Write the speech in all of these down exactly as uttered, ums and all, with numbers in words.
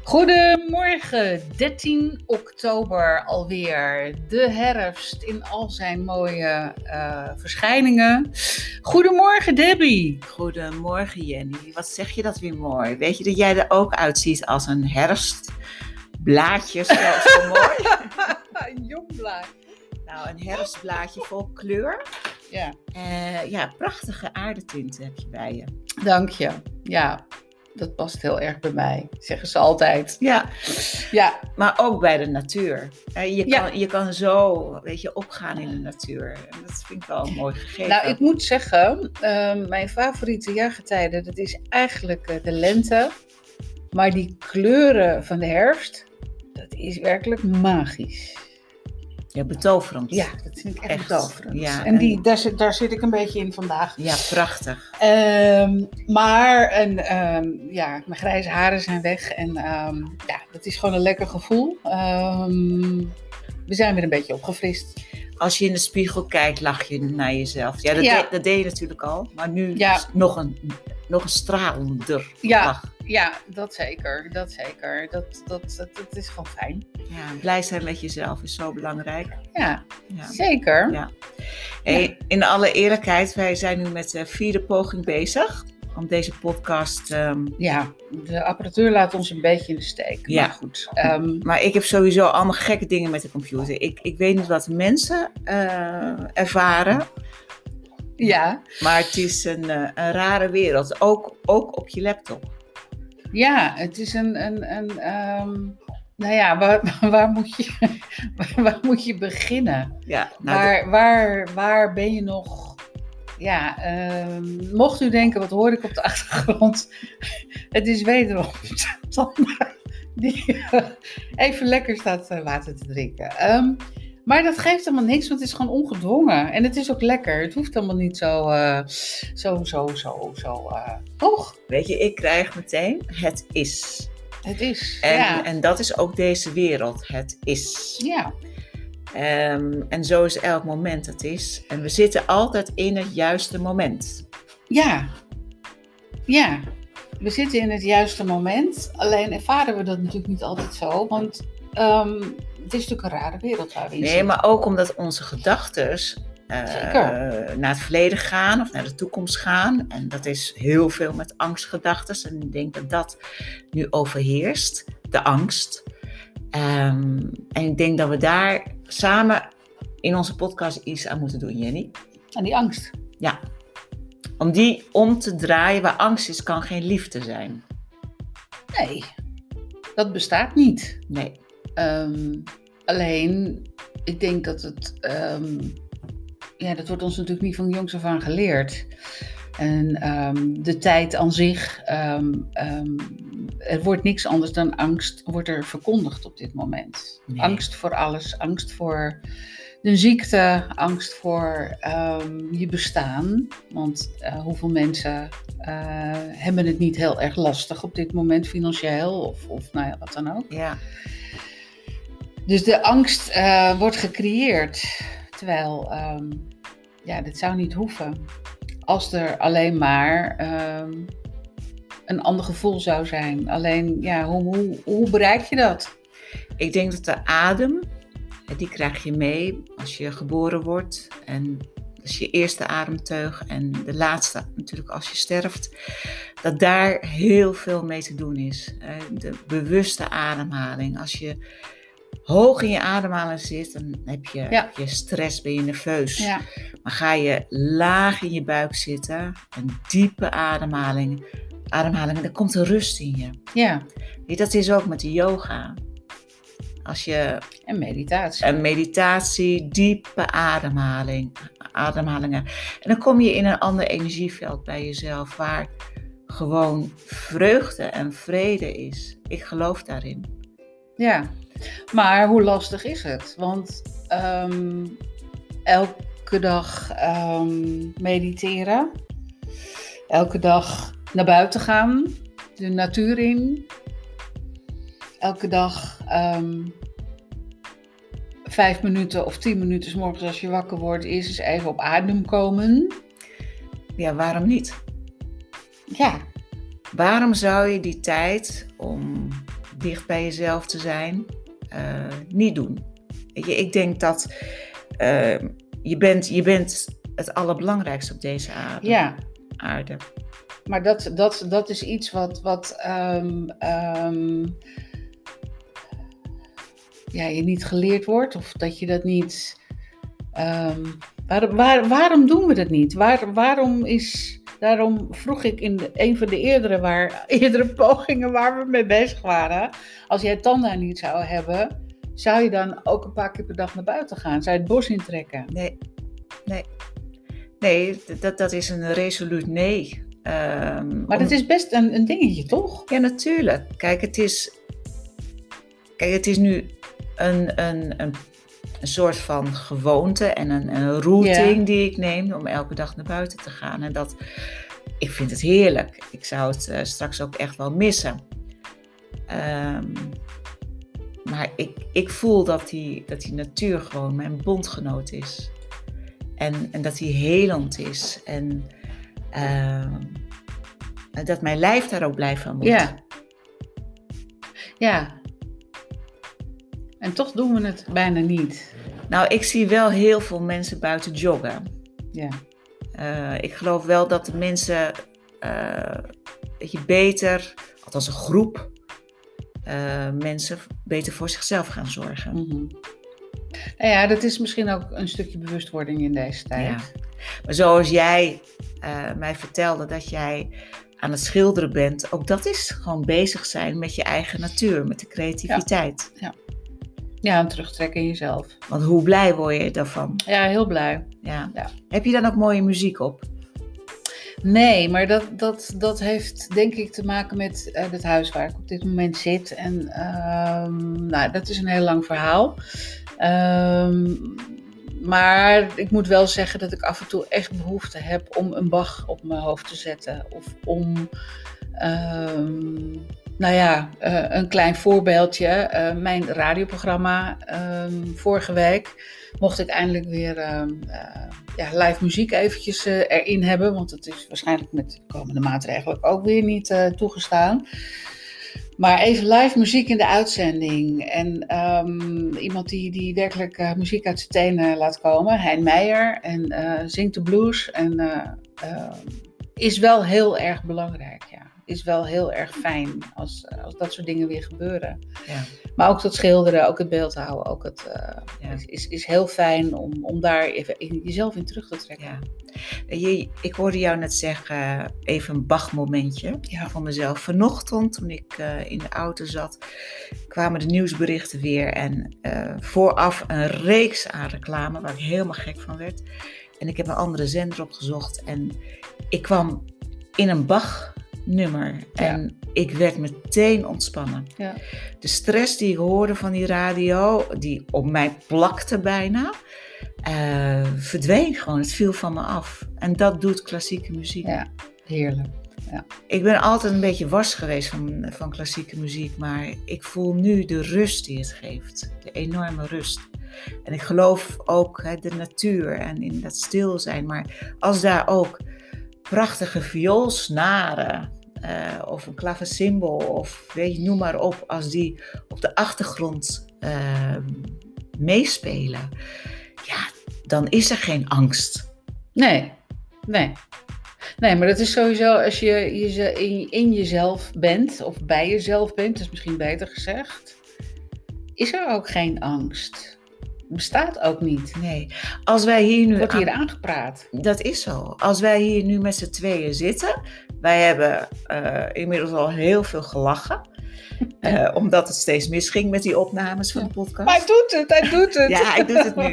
Goedemorgen, dertien oktober alweer. De herfst in al zijn mooie uh, verschijningen. Goedemorgen Debbie. Goedemorgen Jenny. Wat zeg je dat weer mooi. Weet je dat jij er ook uitziet als een herfstblaadje. Zo, zo mooi. Een jong blaadje. Nou, een herfstblaadje vol kleur. Ja. Uh, ja, prachtige aardetinten heb je bij je. Dank je. Ja. Dat past heel erg bij mij, zeggen ze altijd. Ja, ja. Maar ook bij de natuur. Je kan, ja. je kan zo, weet je, opgaan in de natuur. En dat vind ik wel een mooi gegeven. Nou, ik moet zeggen, uh, mijn favoriete jaargetijden, dat is eigenlijk uh, de lente. Maar die kleuren van de herfst, dat is werkelijk magisch. Ja, betoverend. Ja, dat vind ik echt, echt. betoverend. Ja, en die, daar, zit, daar zit ik een beetje in vandaag. Ja, prachtig. Um, maar en, um, ja, mijn grijze haren zijn weg en um, ja, dat is gewoon een lekker gevoel. Um, we zijn weer een beetje opgefrist. Als je in de spiegel kijkt, lach je naar jezelf. Ja, dat, ja. De, dat deed je natuurlijk al. Maar nu ja. nog, een, nog een stralender ja. lach. Ja, dat zeker. Dat zeker. Dat, dat, dat, dat is gewoon fijn. Ja, blij zijn met jezelf is zo belangrijk. Ja, ja. zeker. Ja. Hey, ja. In alle eerlijkheid, wij zijn nu met de vierde poging bezig. Om deze podcast... Um... Ja, de apparatuur laat ons een beetje in de steek. Ja. Maar goed. Um... Maar ik heb sowieso allemaal gekke dingen met de computer. Ik, ik weet niet wat de mensen uh, ervaren. Ja. Maar het is een, uh, een rare wereld. Ook, ook op je laptop. Ja, het is een... een, een um... Nou ja, waar, waar, moet je, waar moet je beginnen? Ja, nou waar, de... waar, waar ben je nog... Ja, um, mocht u denken, wat hoor ik op de achtergrond? Het is wederom Tanda die uh, even lekker staat uh, water te drinken. Um, maar dat geeft helemaal niks, want het is gewoon ongedwongen. En het is ook lekker. Het hoeft helemaal niet zo, uh, zo, zo, zo, zo, uh, toch? Weet je, ik krijg meteen, het is. Het is, en, ja. En dat is ook deze wereld, het is. Ja. Um, en zo is elk moment het is. En we zitten altijd in het juiste moment. Ja, ja. We zitten in het juiste moment. Alleen ervaren we dat natuurlijk niet altijd zo. Want um, het is natuurlijk een rare wereld waar we in nee, zitten. Nee, maar ook omdat onze gedachten uh, naar het verleden gaan of naar de toekomst gaan. En dat is heel veel met angstgedachten. En ik denk dat dat nu overheerst. De angst. Um, en ik denk dat we daar samen in onze podcast iets aan moeten doen, Jenny. Aan die angst? Ja. Om die om te draaien. Waar angst is, kan geen liefde zijn. Nee, dat bestaat niet. Nee. Um, alleen, ik denk dat het... Um, ja, dat wordt ons natuurlijk niet van jongs af aan geleerd. En um, de tijd aan zich, um, um, er wordt niks anders dan angst, wordt er verkondigd op dit moment. Nee. Angst voor alles, angst voor de ziekte, angst voor um, je bestaan. Want uh, hoeveel mensen uh, hebben het niet heel erg lastig op dit moment, financieel of, of nou ja, wat dan ook. Ja. Dus de angst uh, wordt gecreëerd, terwijl, um, ja, dit zou niet hoeven. Als er alleen maar um, een ander gevoel zou zijn. Alleen, ja, hoe, hoe, hoe bereik je dat? Ik denk dat de adem, die krijg je mee als je geboren wordt. En dat is je eerste ademteug. En de laatste natuurlijk als je sterft. Dat daar heel veel mee te doen is. De bewuste ademhaling. Als je hoog in je ademhaling zit, dan heb je, ja. heb je stress, ben je nerveus. Ja. Maar ga je laag in je buik zitten, een diepe ademhaling, ademhaling, dan komt er rust in je. Ja. Dat is ook met de yoga. Als je, en meditatie. En meditatie, diepe ademhaling, ademhalingen. En dan kom je in een ander energieveld bij jezelf, waar gewoon vreugde en vrede is. Ik geloof daarin. Ja. Maar hoe lastig is het? Want um, elke dag um, mediteren, elke dag naar buiten gaan, de natuur in, elke dag um, vijf minuten of tien minuten 's morgens als je wakker wordt, eerst eens even op adem komen. Ja, waarom niet? Ja. Waarom zou je die tijd om dicht bij jezelf te zijn, uh, niet doen. Weet je, ik denk dat uh, je, bent, je bent het allerbelangrijkste op deze aarde. Ja. aarde. Maar dat, dat, dat is iets wat, wat um, um, ja, je niet geleerd wordt. Of dat je dat niet... Um, waar, waar, waarom doen we dat niet? Waar, waarom is... Daarom vroeg ik in de, een van de eerdere, waar, eerdere pogingen waar we mee bezig waren. Als jij Tanda niet zou hebben, zou je dan ook een paar keer per dag naar buiten gaan? Zou je het bos intrekken? Nee, nee. Nee, dat, dat is een resoluut nee. Um, maar om... dat is best een, een dingetje, toch? Ja, natuurlijk. Kijk, het is, kijk, het is nu een, een, een, een soort van gewoonte en een, een routing ja. die ik neem om elke dag naar buiten te gaan. En dat, ik vind het heerlijk. Ik zou het uh, straks ook echt wel missen. Um, maar ik, ik voel dat die, dat die natuur gewoon mijn bondgenoot is. En, en dat die helend is. En uh, dat mijn lijf daar ook blij van wordt. Ja. Ja. En toch doen we het bijna niet. Nou, ik zie wel heel veel mensen buiten joggen. Ja. Uh, ik geloof wel dat de mensen uh, dat je beter, althans een groep uh, mensen, beter voor zichzelf gaan zorgen. Mm-hmm. Nou ja, dat is misschien ook een stukje bewustwording in deze tijd. Ja. Maar zoals jij uh, mij vertelde dat jij aan het schilderen bent, ook dat is gewoon bezig zijn met je eigen natuur, met de creativiteit. Ja, ja. Ja, en terugtrekken in jezelf. Want hoe blij word je daarvan? Ja, heel blij. Ja. Ja. Heb je dan ook mooie muziek op? Nee, maar dat, dat, dat heeft denk ik te maken met uh, het huis waar ik op dit moment zit. En uh, nou, dat is een heel lang verhaal. Um, maar ik moet wel zeggen dat ik af en toe echt behoefte heb om een Bach op mijn hoofd te zetten. Of om, um, nou ja, uh, een klein voorbeeldje. Uh, mijn radioprogramma um, vorige week mocht ik eindelijk weer uh, uh, ja, live muziek eventjes uh, erin hebben. Want het is waarschijnlijk met de komende maatregelen ook weer niet uh, toegestaan. Maar even live muziek in de uitzending. En um, iemand die, die werkelijk uh, muziek uit zijn tenen laat komen. Hein Meijer. En uh, zingt de blues. En uh, uh, is wel heel erg belangrijk, ja. Is wel heel erg fijn als, als dat soort dingen weer gebeuren. Ja. Maar ook dat schilderen, ook het beeld houden. Ook het, uh, ja. is, is, is heel fijn om, om daar even in, jezelf in terug te trekken. Ja. Je, ik hoorde jou net zeggen, even een Bach-momentje ja. van mezelf. Vanochtend, toen ik uh, in de auto zat, kwamen de nieuwsberichten weer. En uh, vooraf een reeks aan reclame, waar ik helemaal gek van werd. En ik heb een andere zender opgezocht. En ik kwam in een Bach-nummer. Ja. En ik werd meteen ontspannen. Ja. De stress die ik hoorde van die radio, die op mij plakte bijna, uh, verdween gewoon. Het viel van me af. En dat doet klassieke muziek. Ja, heerlijk. Ja. Ik ben altijd een beetje wars geweest van, van klassieke muziek, maar ik voel nu de rust die het geeft. De enorme rust. En ik geloof ook hè, de natuur en in dat stil zijn. Maar als daar ook prachtige vioolsnaren uh, of een klavecimbal of weet je, noem maar op, als die op de achtergrond uh, meespelen, ja, dan is er geen angst. Nee, nee. Nee, maar dat is sowieso als je, je in, in jezelf bent, of bij jezelf bent, dat is misschien beter gezegd, is er ook geen angst. Bestaat ook niet. Nee. Als wij hier nu wordt hier aan... aangepraat. Dat is zo. Als wij hier nu met z'n tweeën zitten, wij hebben uh, inmiddels al heel veel gelachen. Uh, omdat het steeds misging met die opnames van de podcast. Maar hij doet het, hij doet het. Ja, hij doet het nu.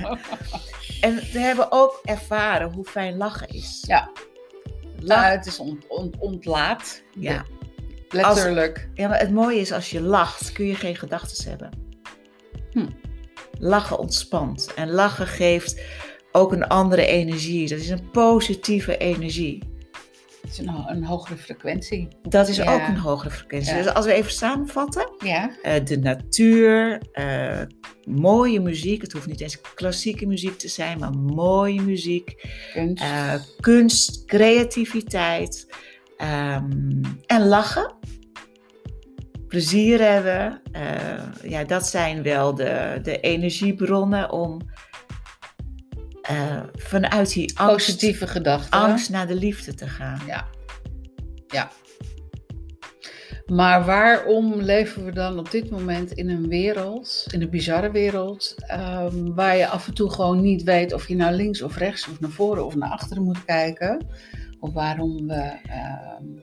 En we hebben ook ervaren hoe fijn lachen is. Ja. Lachen. Nou, het is ont, ont, ontlaat. Ja. Letterlijk. Als, ja, maar het mooie is, als je lacht, kun je geen gedachten hebben. Hm. Lachen ontspant. En lachen geeft ook een andere energie. Dat is een positieve energie. Het is een, een hogere frequentie. Dat is ja. ook een hogere frequentie. Ja. Dus als we even samenvatten. Ja. Uh, de natuur, uh, mooie muziek. Het hoeft niet eens klassieke muziek te zijn, maar mooie muziek. Kunst. Uh, kunst, creativiteit um, en lachen. plezier hebben. Uh, ja, dat zijn wel de, de energiebronnen om uh, vanuit die angst, positieve gedachten, angst naar de liefde te gaan. Ja. Ja. Maar waarom leven we dan op dit moment in een wereld, in een bizarre wereld, um, waar je af en toe gewoon niet weet of je nou links of rechts of naar voren of naar achteren moet kijken? Of waarom we um,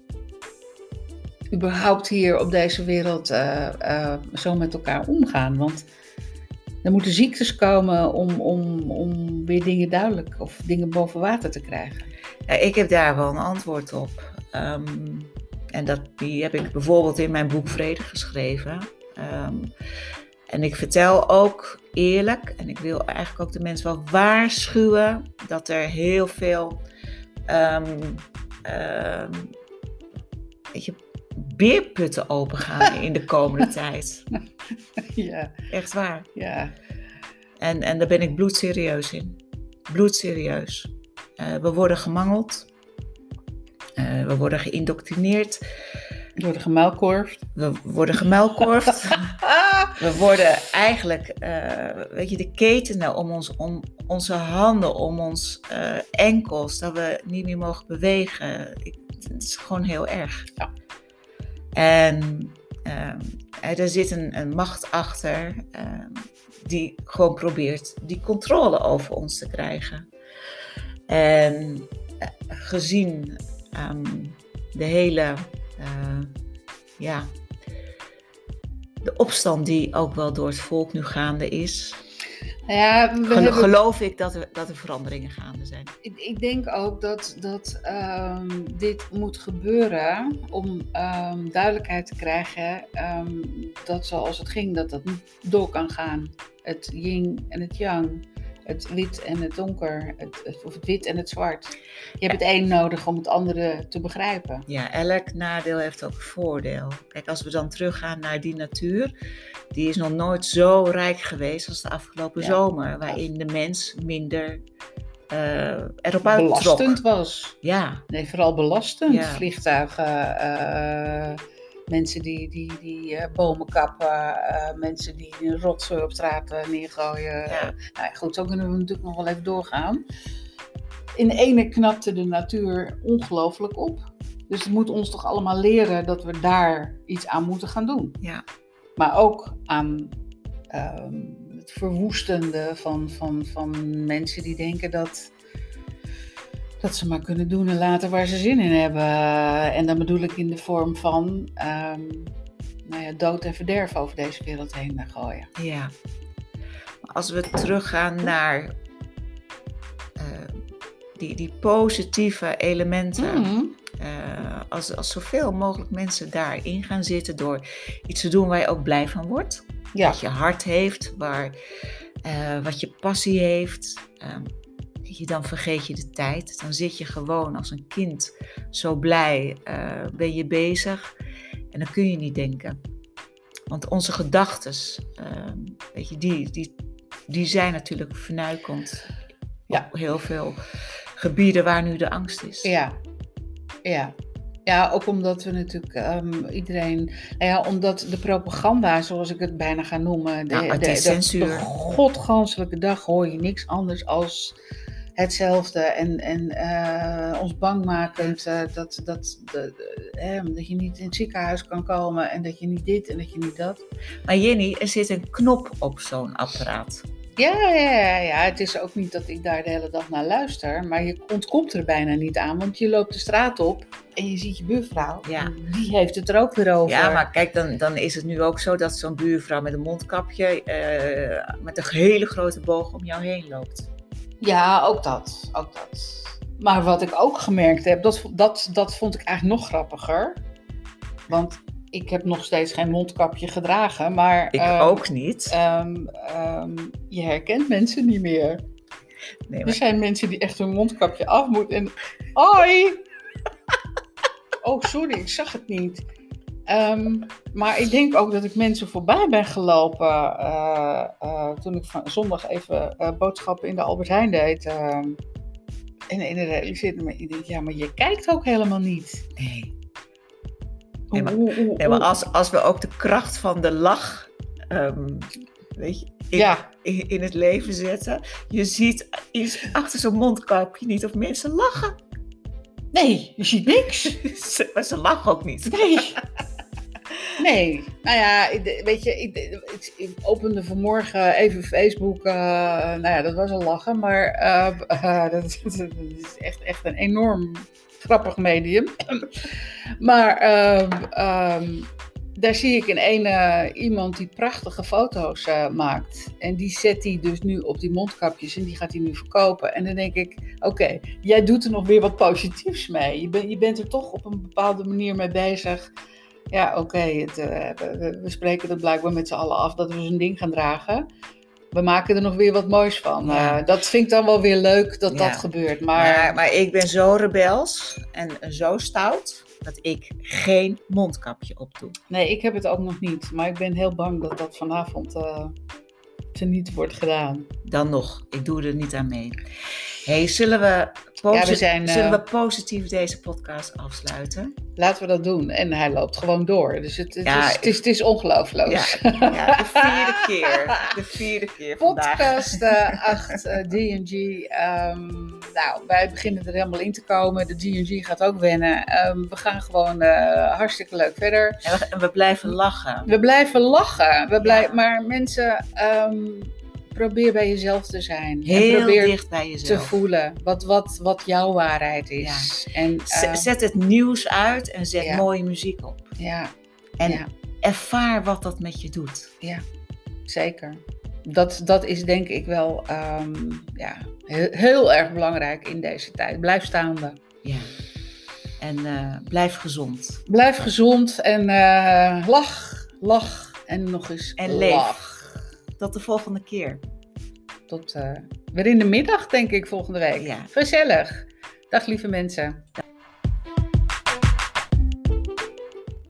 überhaupt hier op deze wereld uh, uh, zo met elkaar omgaan? Want er moeten ziektes komen om, om, om weer dingen duidelijk of dingen boven water te krijgen. Ja, ik heb daar wel een antwoord op. Um, en dat, die heb ik bijvoorbeeld in mijn boek Vrede geschreven. Um, en ik vertel ook eerlijk, en ik wil eigenlijk ook de mensen wel waarschuwen, dat er heel veel um, um, weet je, beerputten open gaan in de komende tijd. Ja. Echt waar. Ja. En, en daar ben ik bloedserieus in. Bloedserieus. Uh, we worden gemangeld. Uh, we worden geïndoctrineerd. We worden gemuilkorfd. We worden gemuilkorfd. We worden eigenlijk, uh, weet je, de ketenen om, ons, om onze handen, om ons uh, enkels, dat we niet meer mogen bewegen. Ik, het is gewoon heel erg. Ja. En uh, er zit een, een macht achter uh, die gewoon probeert die controle over ons te krijgen. En uh, gezien um, de hele, uh, ja, de opstand die ook wel door het volk nu gaande is, ja, we gelo- hebben... geloof ik dat er, dat er veranderingen gaande zijn. Ik, ik denk ook dat, dat um, dit moet gebeuren om um, duidelijkheid te krijgen um, dat zoals het ging, dat dat niet door kan gaan. Het yin en het yang, het wit en het donker, het, het, of het wit en het zwart. Je hebt het een nodig om het andere te begrijpen. Ja, elk nadeel heeft ook een voordeel. Kijk, als we dan teruggaan naar die natuur, die is nog nooit zo rijk geweest als de afgelopen ja. zomer, waarin de mens minder uh, erop uittrok. Belastend was. Ja. Nee, vooral belastend. Ja. Vliegtuigen, uh, mensen die, die, die uh, bomen kappen, uh, mensen die een rotzooi op straat uh, neergooien. Ja. Uh, nou goed, zo kunnen we natuurlijk nog wel even doorgaan. In de ene knapte de natuur ongelooflijk op. Dus het moet ons toch allemaal leren dat we daar iets aan moeten gaan doen. Ja. Maar ook aan um, het verwoestende van, van, van mensen die denken dat, dat ze maar kunnen doen en laten waar ze zin in hebben. En dan bedoel ik in de vorm van um, nou ja, dood en verderf over deze wereld heen gooien. Ja. Als we teruggaan naar uh, die, die positieve elementen. Mm-hmm. Uh, als, als zoveel mogelijk mensen daarin gaan zitten door iets te doen waar je ook blij van wordt. Ja. Wat je hart heeft, waar, uh, wat je passie heeft. Um, weet je, dan vergeet je de tijd. Dan zit je gewoon als een kind zo blij, uh, ben je bezig. En dan kun je niet denken. Want onze gedachtes, uh, weet je, die, die, die zijn natuurlijk vernuikend. Ja. Op heel veel gebieden waar nu de angst is. Ja. Ja. Ja, ook omdat we natuurlijk um, iedereen... Nou ja, omdat de propaganda, zoals ik het bijna ga noemen... De, nou, het de, is de, censuur. de godganselijke dag hoor je niks anders als hetzelfde. En, en uh, ons bangmakend uh, dat, dat, de, uh, dat je niet in het ziekenhuis kan komen... en dat je niet dit en dat je niet dat. Maar Jenny, er zit een knop op zo'n apparaat. Ja, ja, ja, het is ook niet dat ik daar de hele dag naar luister, maar je ontkomt er bijna niet aan, want je loopt de straat op en je ziet je buurvrouw, ja. En die heeft het er ook weer over. Ja, maar kijk, dan, dan is het nu ook zo dat zo'n buurvrouw met een mondkapje, uh, met een hele grote boog om jou heen loopt. Ja, ook dat, ook dat. Maar wat ik ook gemerkt heb, dat, dat, dat vond ik eigenlijk nog grappiger, want... Ik heb nog steeds geen mondkapje gedragen, maar... Ik um, ook niet. Um, um, je herkent mensen niet meer. Nee, maar... Er zijn mensen die echt hun mondkapje af moeten en... Hoi! Oh, sorry, ik zag het niet. Um, maar ik denk ook dat ik mensen voorbij ben gelopen... Uh, uh, toen ik van zondag even uh, boodschappen in de Albert Heijn deed. Uh, en en realiseerde me, ik denk, ja, maar je kijkt ook helemaal niet. Nee. Nee, maar, Oeh, oeh, nee, maar oeh. als, als we ook de kracht van de lach ehm, weet je, in, Ja. in, in het leven zetten. Je ziet iets achter zo'n mondkapje niet of mensen lachen. Nee, je ziet niks. Ze- maar ze lachen ook niet. Nee. Nee. Nou ja, ik- weet je, ik, ik, ik opende vanmorgen even Facebook. eh, nou ja, dat was al lachen. Maar eh, eh, dat, dat is echt, echt een enorm grappig medium. Maar ehm, ehm, daar zie ik in ene iemand die prachtige foto's eh, maakt. En die zet hij dus nu op die mondkapjes en die gaat hij nu verkopen. En dan denk ik, oké, jij doet er nog weer wat positiefs mee. Je, ben, je bent er toch op een bepaalde manier mee bezig. Ja, oké, okay, we, we spreken het blijkbaar met z'n allen af dat we zo'n ding gaan dragen. We maken er nog weer wat moois van. Ja. Uh, dat vind ik dan wel weer leuk dat Ja. dat gebeurt. Maar... Maar, maar ik ben zo rebels en zo stout dat ik geen mondkapje opdoe. Nee, ik heb het ook nog niet. Maar ik ben heel bang dat dat vanavond uh, teniet wordt gedaan. Dan nog, ik doe er niet aan mee. Hey, zullen we, posi- ja, we zijn, uh, zullen we positief deze podcast afsluiten? Laten we dat doen. En hij loopt gewoon door. Dus het, het, Ja, is, het, is, het is ongelooflijk. Ja, ja, de vierde keer. De vierde keer vandaag. Podcast uh, acht, uh, D en G. Um, nou, wij beginnen er helemaal in te komen. De D en G gaat ook wennen. Um, we gaan gewoon uh, hartstikke leuk verder. En we, en we blijven lachen. We blijven lachen. We blij- Ja. Maar mensen... Um, probeer bij jezelf te zijn. Heel en probeer dicht bij jezelf. te voelen wat, wat, wat jouw waarheid is. Ja. En, uh, zet het nieuws uit en zet ja. mooie muziek op. Ja. En ja. ervaar wat dat met je doet. Ja, zeker. Dat, dat is denk ik wel um, ja, heel, heel erg belangrijk in deze tijd. Blijf staande. Ja. En uh, blijf gezond. Blijf gezond en uh, lach, lach en nog eens en lach. Leef. Tot de volgende keer. Tot uh, weer in de middag, denk ik, volgende week. Ja. Gezellig. Dag lieve mensen.